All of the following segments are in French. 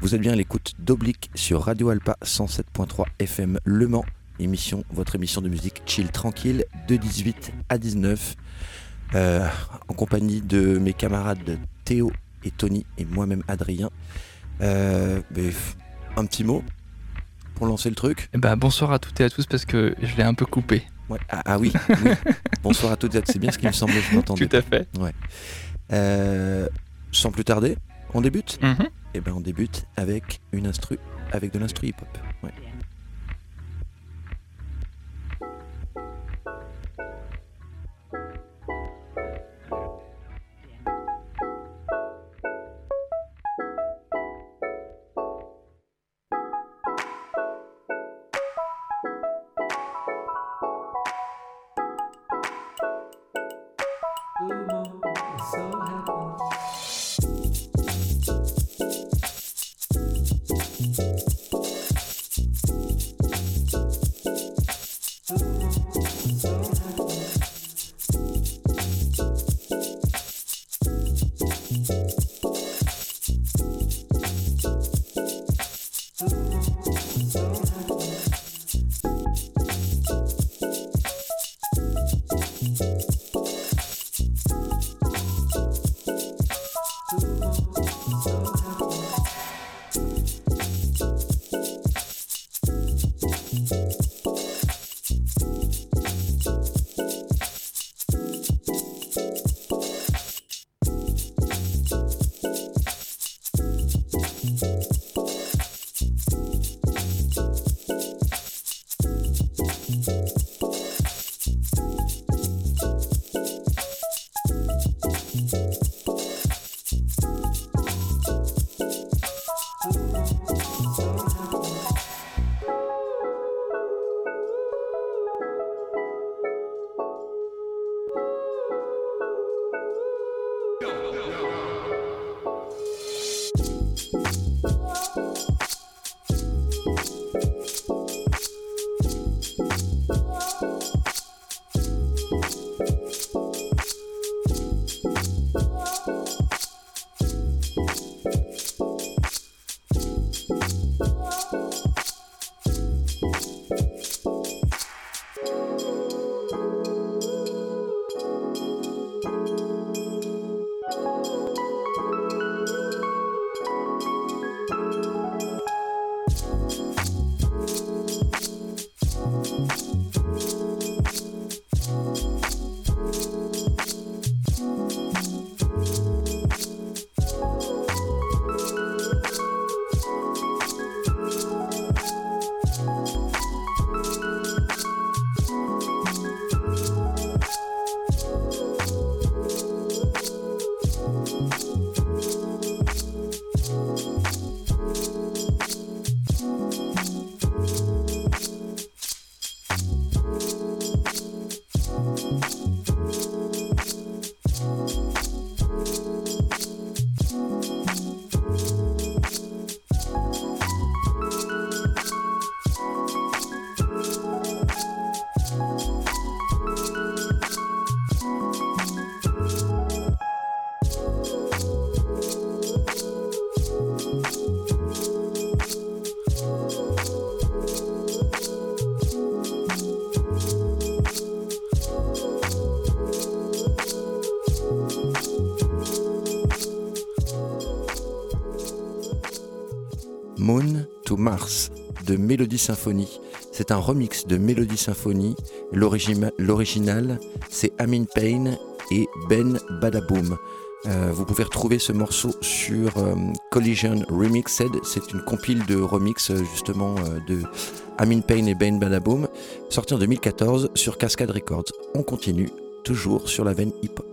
Vous êtes bien à l'écoute d'Oblique sur Radio Alpa 107.3 FM Le Mans. Votre émission de musique chill tranquille de 18 à 19 en compagnie de mes camarades Théo et Tony et moi-même Adrien. Un petit mot pour lancer le truc. Bonsoir à toutes et à tous parce que je l'ai un peu coupé. Ouais. Oui. Bonsoir à toutes et à tous, c'est bien ce qui me semblait, je m'entendais. Tout à fait. Ouais. Sans plus tarder, on débute. On débute avec de l'instru hip-hop. Ouais. Moon to Mars de Melody Symphony. C'est un remix de Melody Symphony. L'original, c'est Amin Payne et Ben Badaboom. Vous pouvez retrouver ce morceau sur Collision Remixed. C'est une compile de remix justement de Amin Payne et Ben Badaboom, sorti en 2014 sur Cascade Records. On continue toujours sur la veine hip-hop.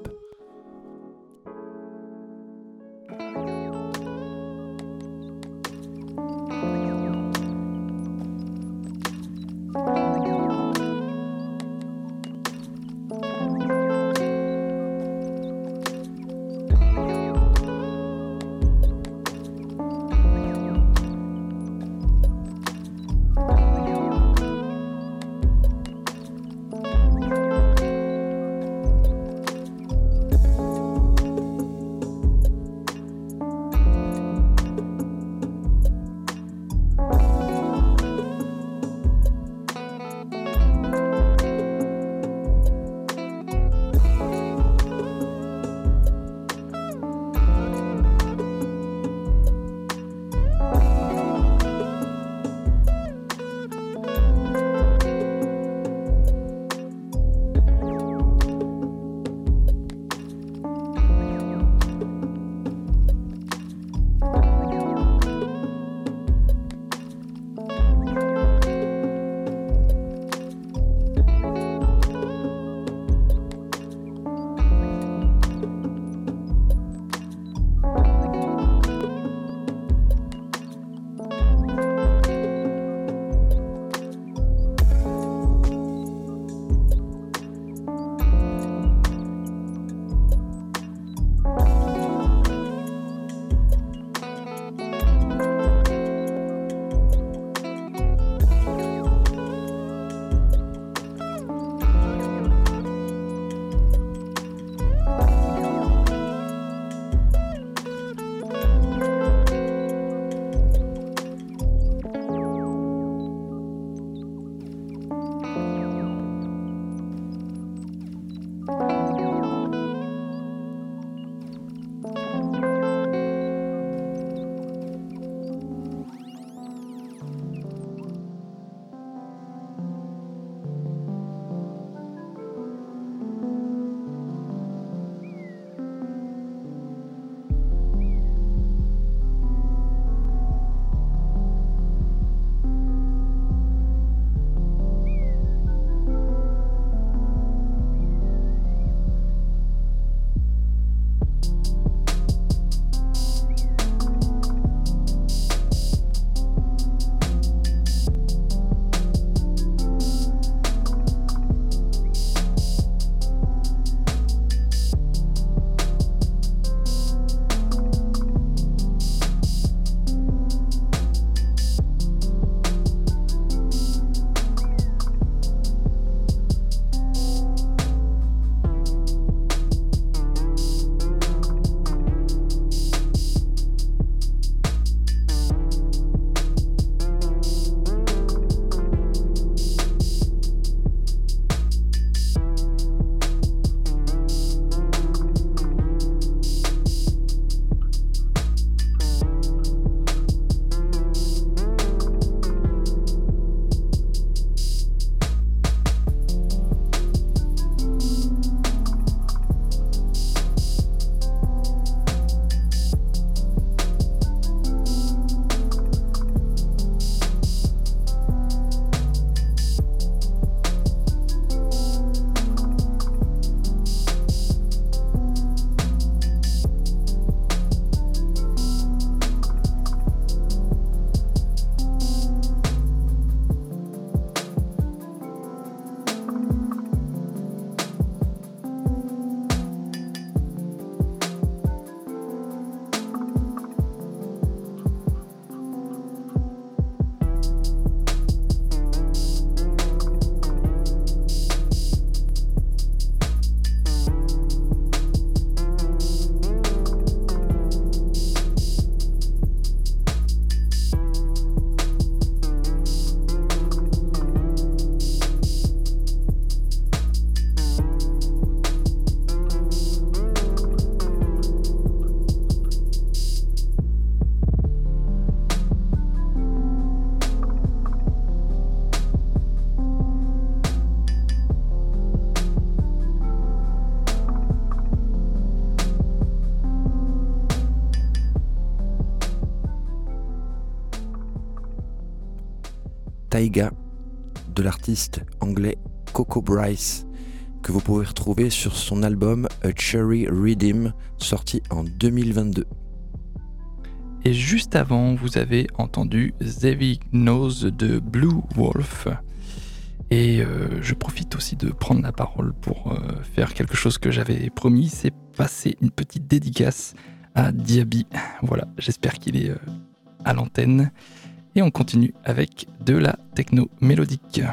Taiga de l'artiste anglais Coco Bryce, que vous pouvez retrouver sur son album A Cherry Redeem, sorti en 2022. Et juste avant, vous avez entendu Zevi Knows de Blue Wolf. Et je profite aussi de prendre la parole pour faire quelque chose que j'avais promis, c'est passer une petite dédicace à Diaby. Voilà, j'espère qu'il est à l'antenne. Et on continue avec de la techno mélodique.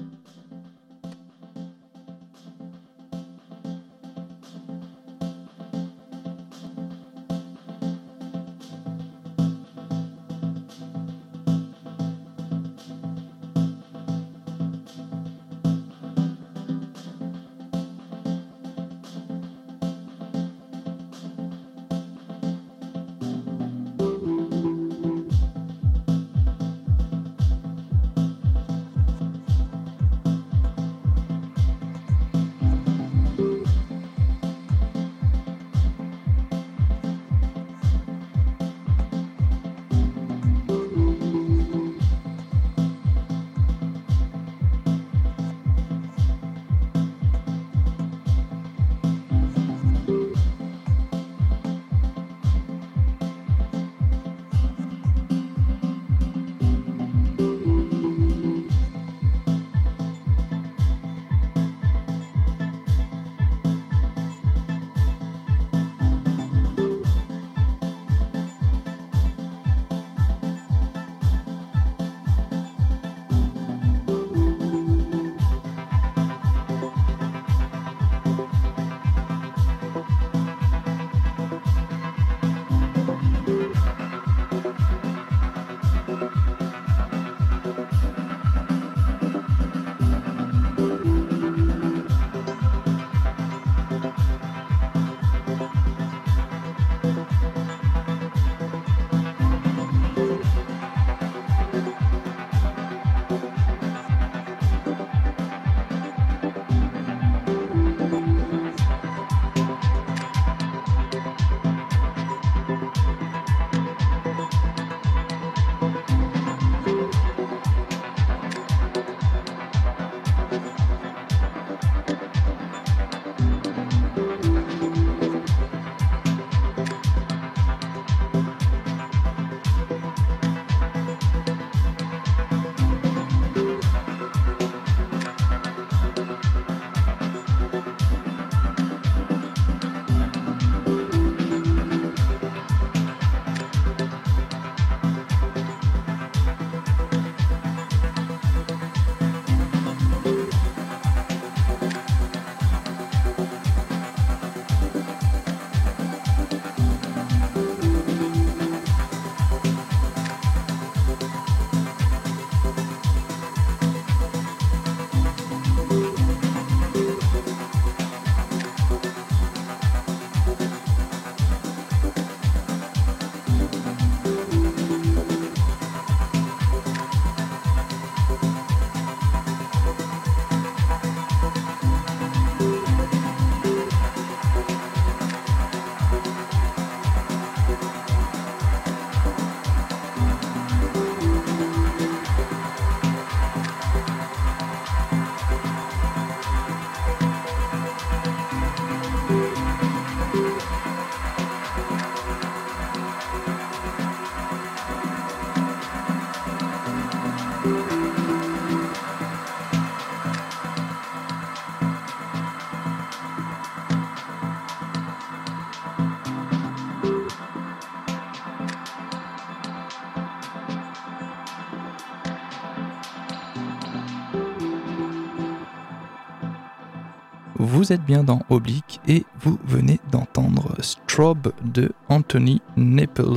Vous êtes bien dans Oblique et vous venez d'entendre Strobe de Anthony Naples,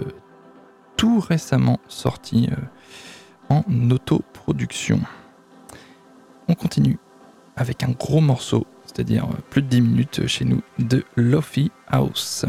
tout récemment sorti en autoproduction. On continue avec un gros morceau, c'est-à-dire plus de 10 minutes chez nous, de Lofi House.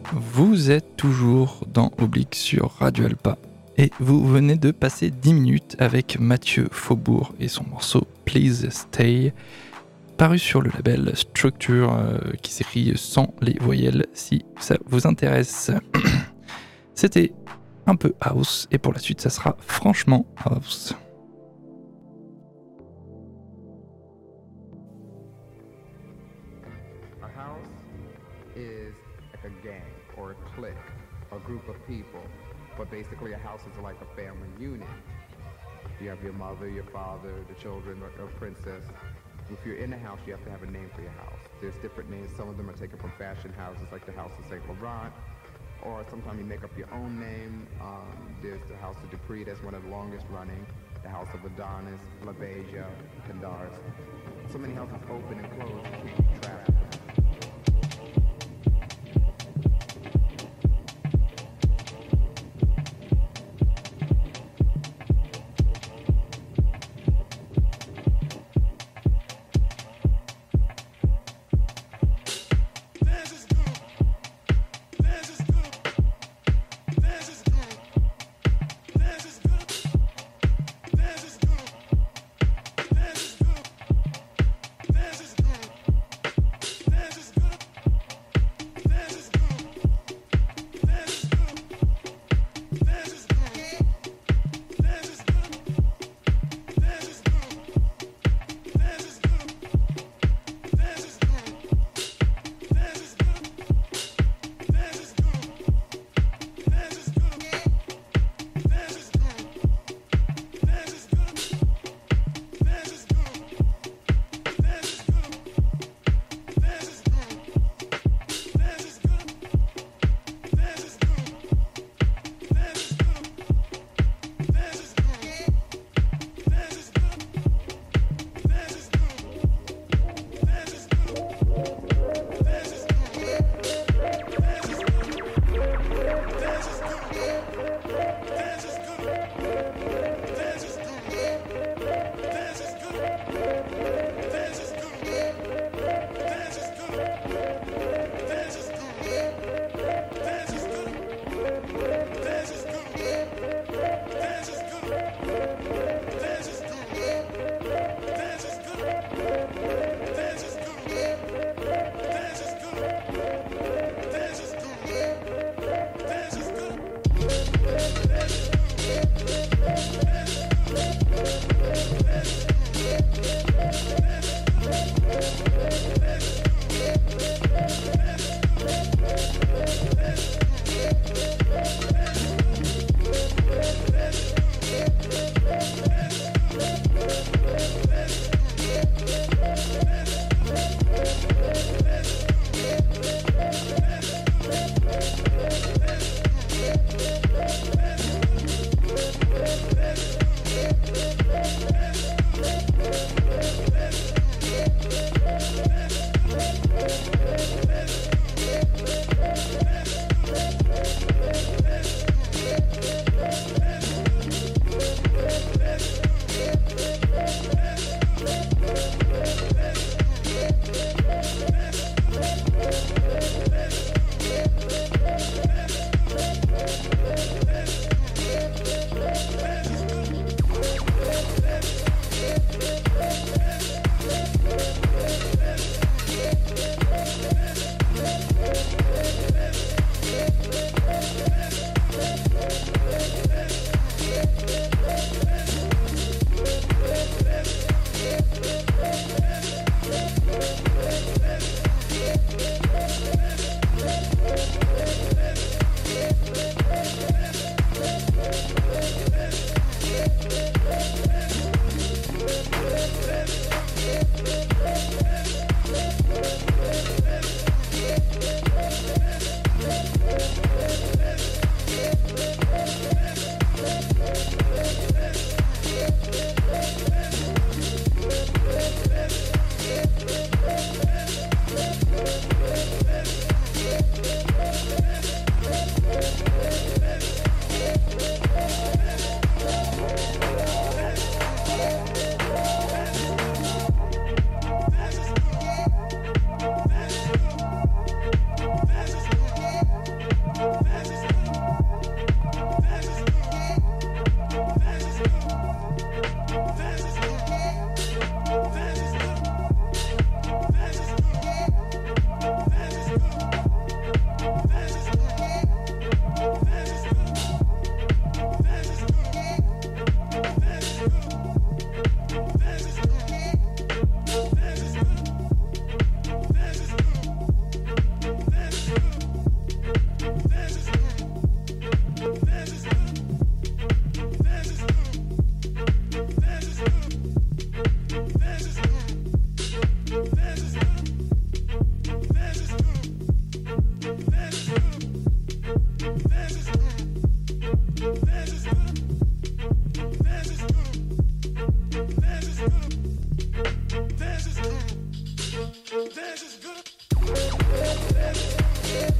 vous êtes toujours dans Oblique sur Radio Alpa et vous venez de passer 10 minutes avec Mathieu Faubourg et son morceau Please Stay, paru sur le label Structure qui s'écrit sans les voyelles si ça vous intéresse. C'était un peu house et pour la suite ça sera franchement house. Group of people, but basically a house is like a family unit. You have your mother, your father, the children, or princess. If you're in a house, you have to have a name for your house. There's different names. Some of them are taken from fashion houses, like the House of Saint Laurent, or sometimes you make up your own name. There's the House of Dupree, that's one of the longest running. The House of Adonis, LaBeija, Candaris. So many houses open and close, you can't keep track of them.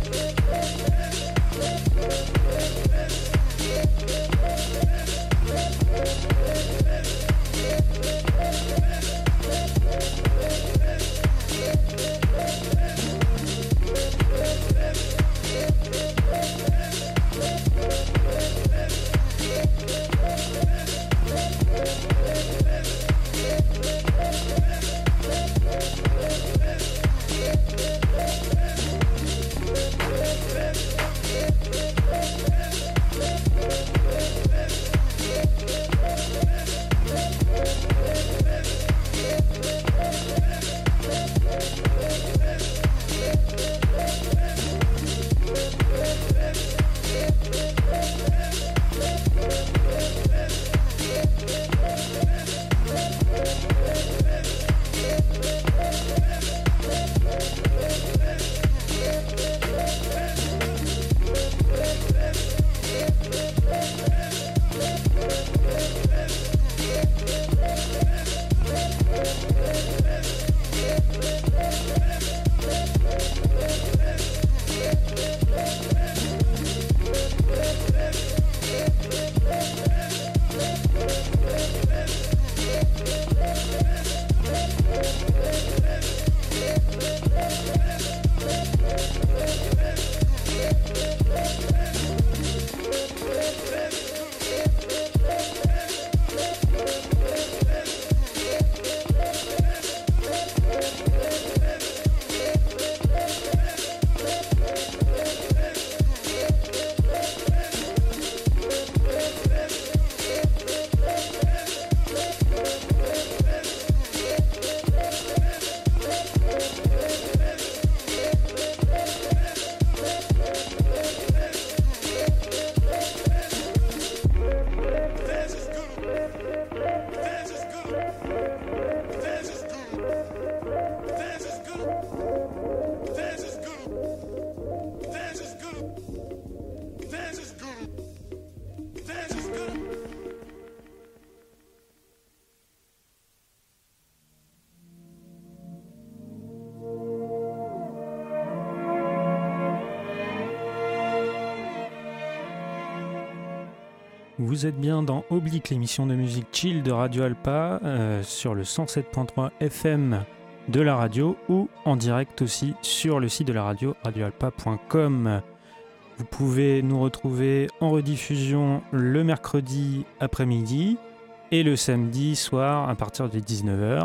Vous êtes bien dans Oblique, l'émission de musique chill de Radio Alpa sur le 107.3 FM de la radio ou en direct aussi sur le site de la radio, radioalpa.com. Vous pouvez nous retrouver en rediffusion le mercredi après-midi et le samedi soir à partir de 19h.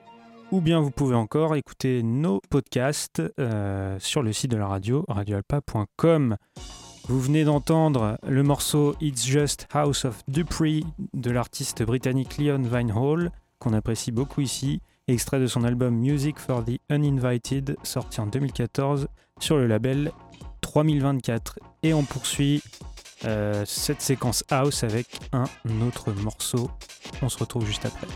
Ou bien vous pouvez encore écouter nos podcasts sur le site de la radio, radioalpa.com. Vous venez d'entendre le morceau It's Just House of Dupree de l'artiste britannique Leon Vynehall, qu'on apprécie beaucoup ici, extrait de son album Music for the Uninvited, sorti en 2014 sur le label 3024. Et on poursuit cette séquence house avec un autre morceau. On se retrouve juste après.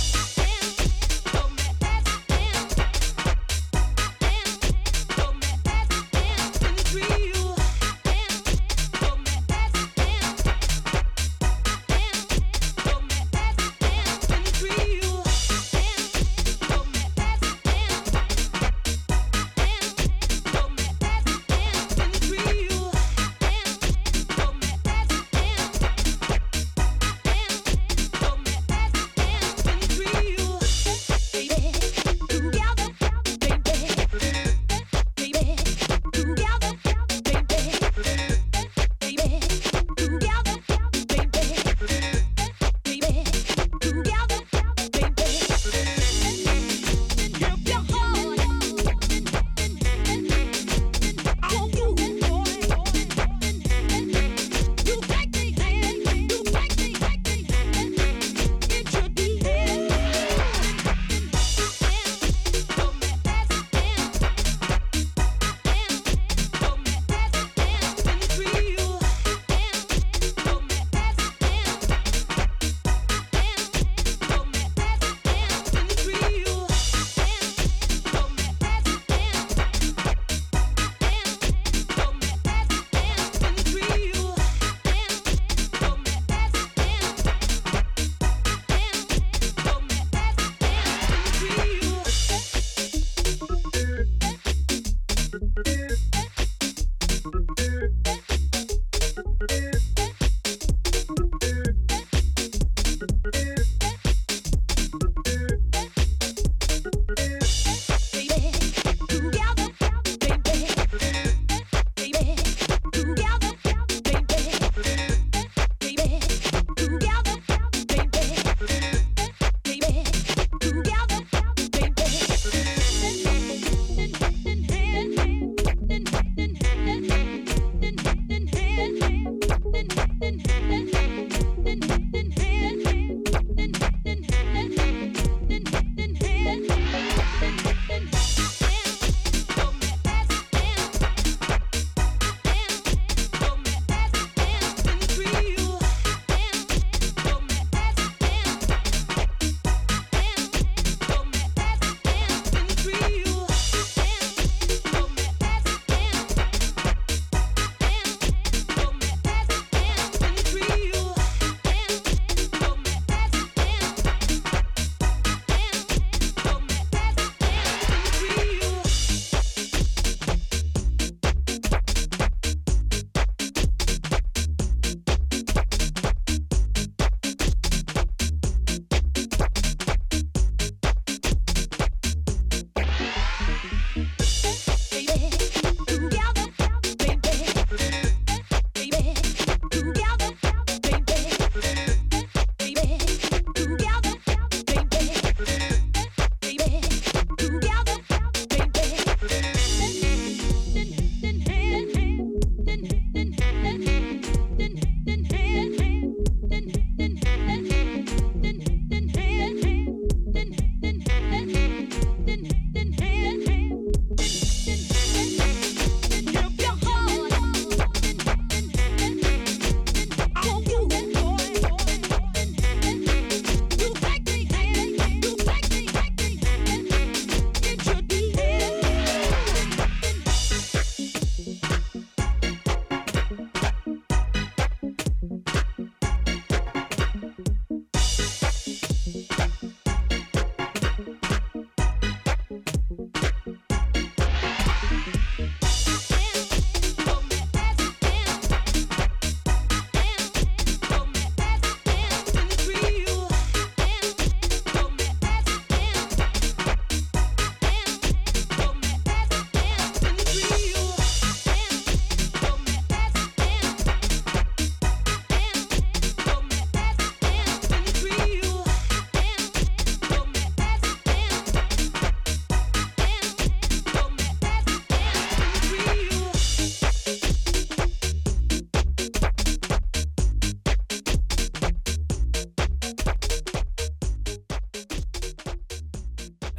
Go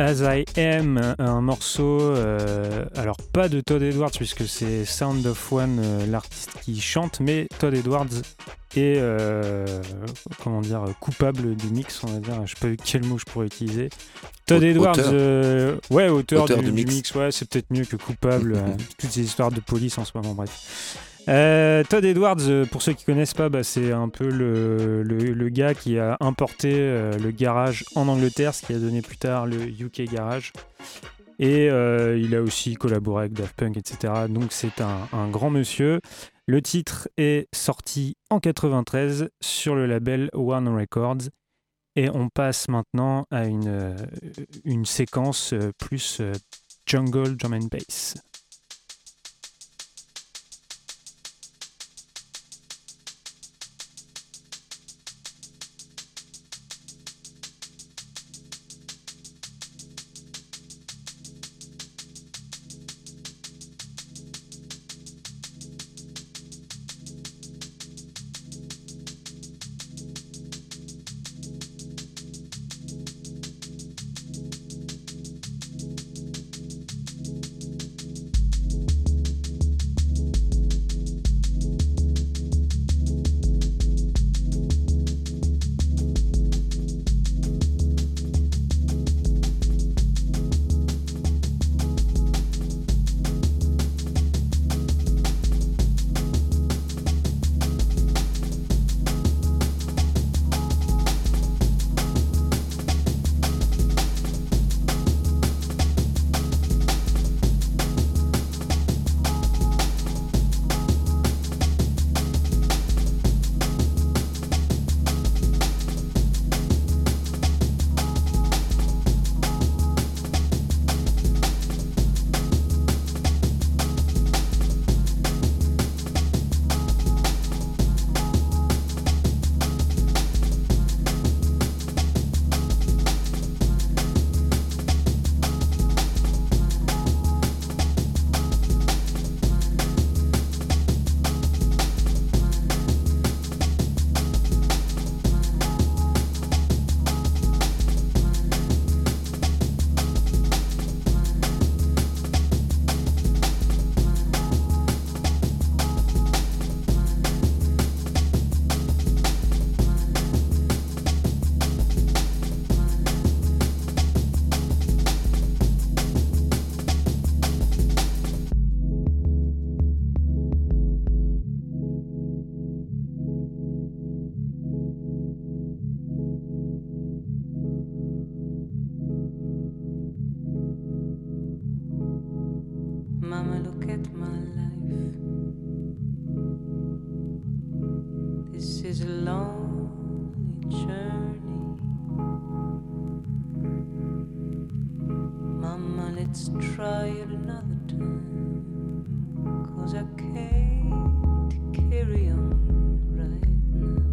As I Am, un morceau, alors pas de Todd Edwards puisque c'est Sound of One, l'artiste qui chante, mais Todd Edwards est coupable du mix, on va dire. Je sais pas quel mot je pourrais utiliser. Todd Edwards, auteur du mix, ouais, c'est peut-être mieux que coupable. Toutes ces histoires de police en ce moment, bref. Todd Edwards, pour ceux qui connaissent pas, c'est un peu le gars qui a importé le garage en Angleterre, ce qui a donné plus tard le UK Garage. Et il a aussi collaboré avec Daft Punk, etc. Donc c'est un grand monsieur. Le titre est sorti en 93 sur le label One Records. Et on passe maintenant à une séquence plus jungle drum and bass. Mama, look at my life. This is a lonely journey. Mama, let's try it another time, 'cause I can't carry on right now.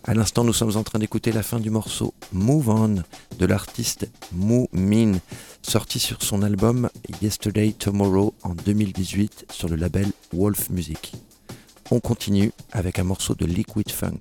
À l'instant, nous sommes en train d'écouter la fin du morceau Move On de l'artiste Moo Min, sorti sur son album Yesterday Tomorrow en 2018 sur le label Wolf Music. On continue avec un morceau de Liquid Funk.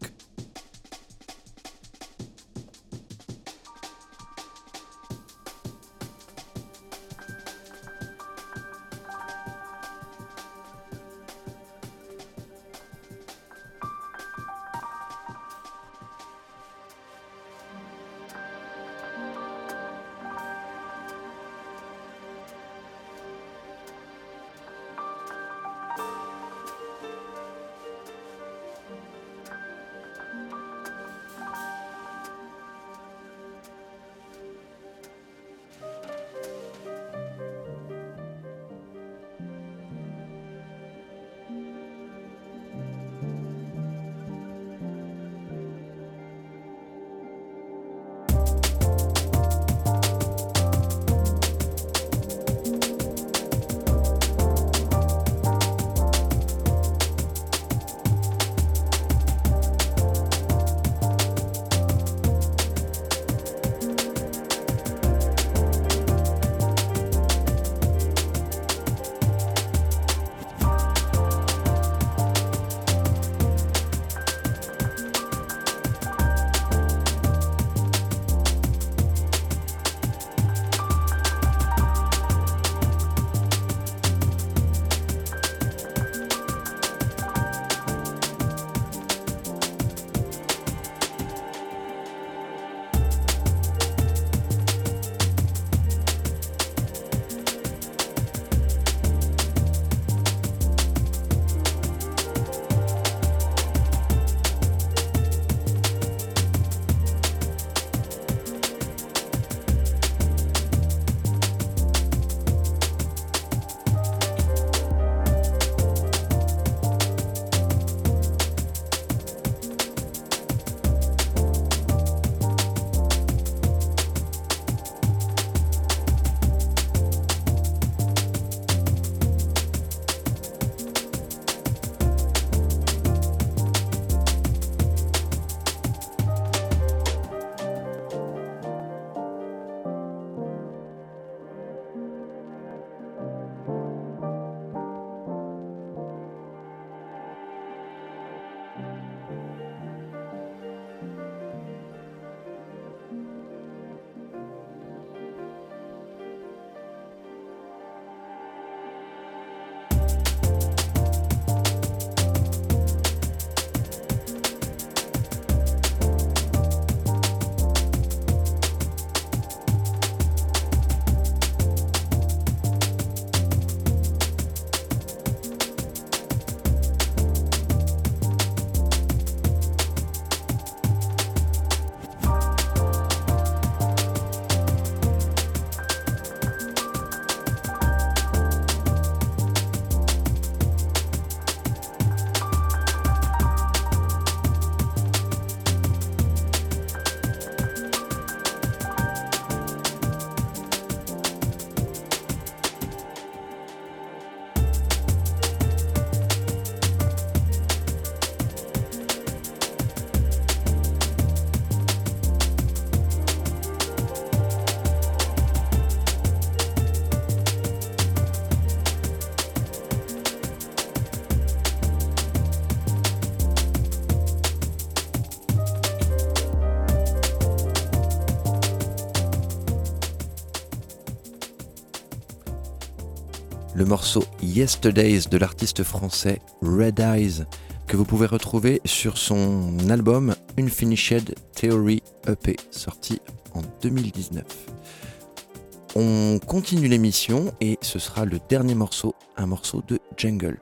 le morceau Yesterdays de l'artiste français Red Eyes, que vous pouvez retrouver sur son album Unfinished Theory EP, sorti en 2019. On continue l'émission et ce sera le dernier morceau, un morceau de Jungle.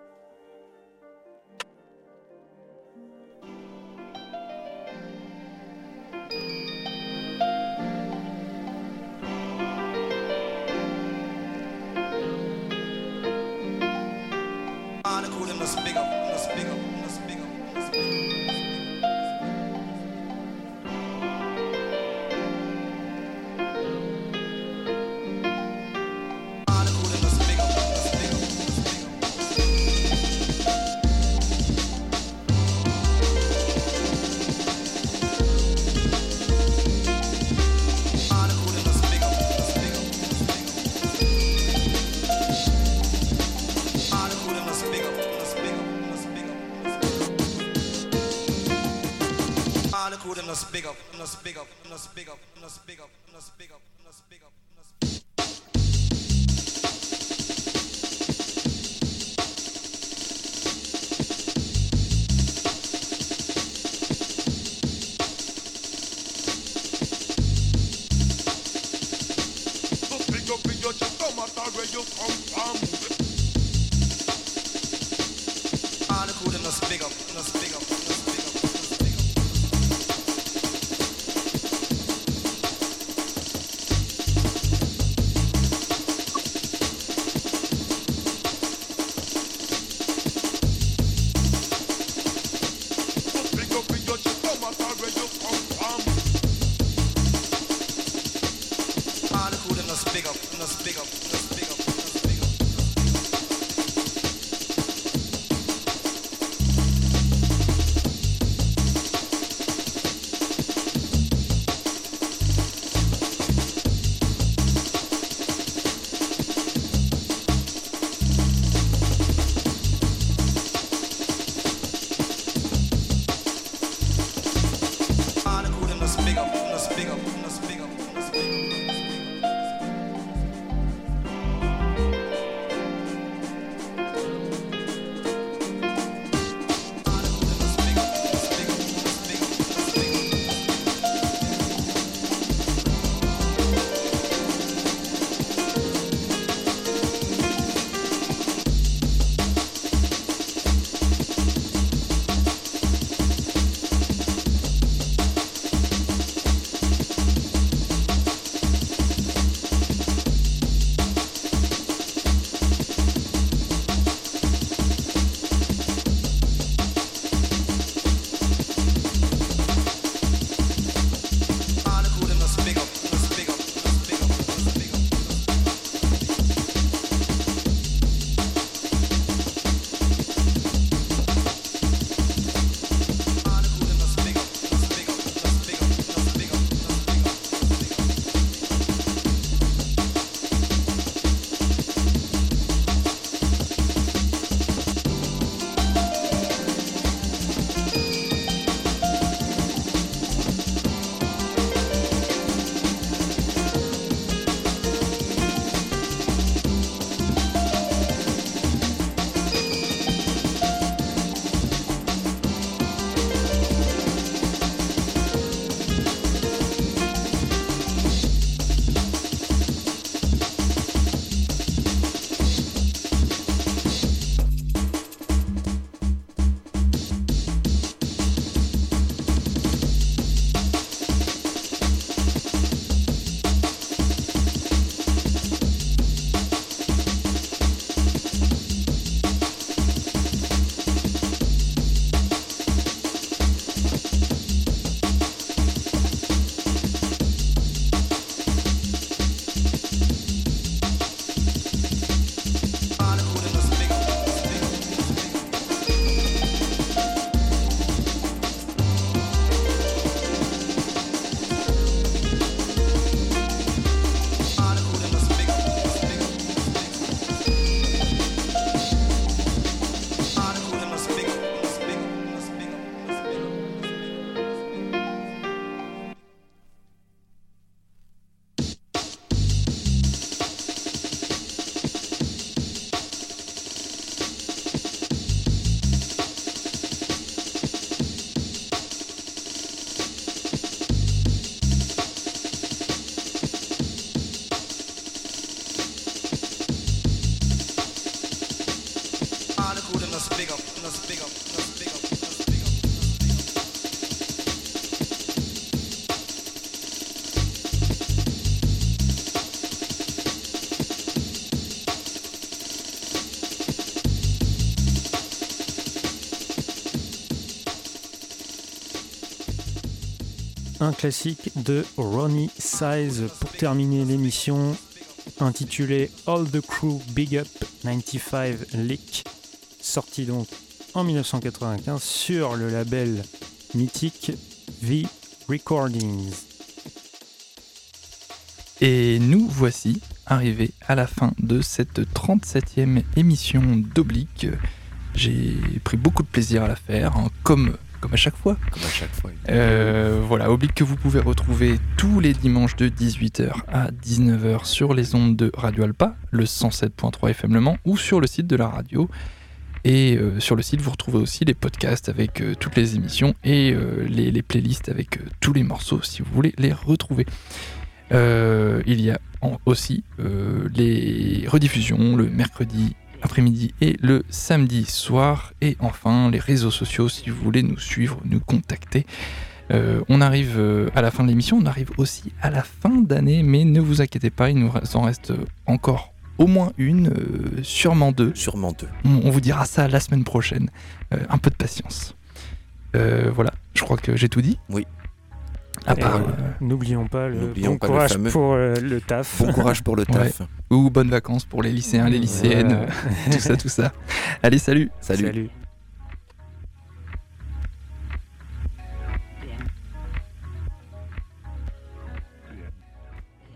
crew them us big up, us big up, us big up, us big up, us big up, us big up. Where you come from? Ah, the crew them us big up, us big up, us big up, us big up. Big up in your chest, no matter where you come from. Ah, the crew them us big up, us big up, us big up. Un classique de Ronnie Size pour terminer l'émission, intitulé All the Crew Big Up 95 Lick, sorti donc en 1995 sur le label mythique V Recordings. Et nous voici arrivés à la fin de cette 37e émission d'Oblique. J'ai pris beaucoup de plaisir à la faire, hein, comme comme à chaque fois. Comme à chaque fois. Voilà, Oblique que vous pouvez retrouver tous les dimanches de 18h à 19h sur les ondes de Radio Alpa, le 107.3 FM Le Mans, ou sur le site de la radio. Et sur le site, vous retrouvez aussi les podcasts avec toutes les émissions et les playlists avec tous les morceaux si vous voulez les retrouver. Il y a aussi les rediffusions le mercredi après-midi et le samedi soir. Et enfin, les réseaux sociaux si vous voulez nous suivre, nous contacter. On arrive à la fin de l'émission, on arrive aussi à la fin d'année, mais ne vous inquiétez pas, il nous en reste encore au moins une, sûrement deux. Sûrement deux. On vous dira ça la semaine prochaine. Un peu de patience. Voilà, je crois que j'ai tout dit. Oui. À part, n'oublions pas le n'oublions bon pas le courage fameux- pour le taf. Bon courage pour le taf. ou bonnes vacances pour les lycéens, les lycéennes, tout ça. Allez, salut. Salut. Salut.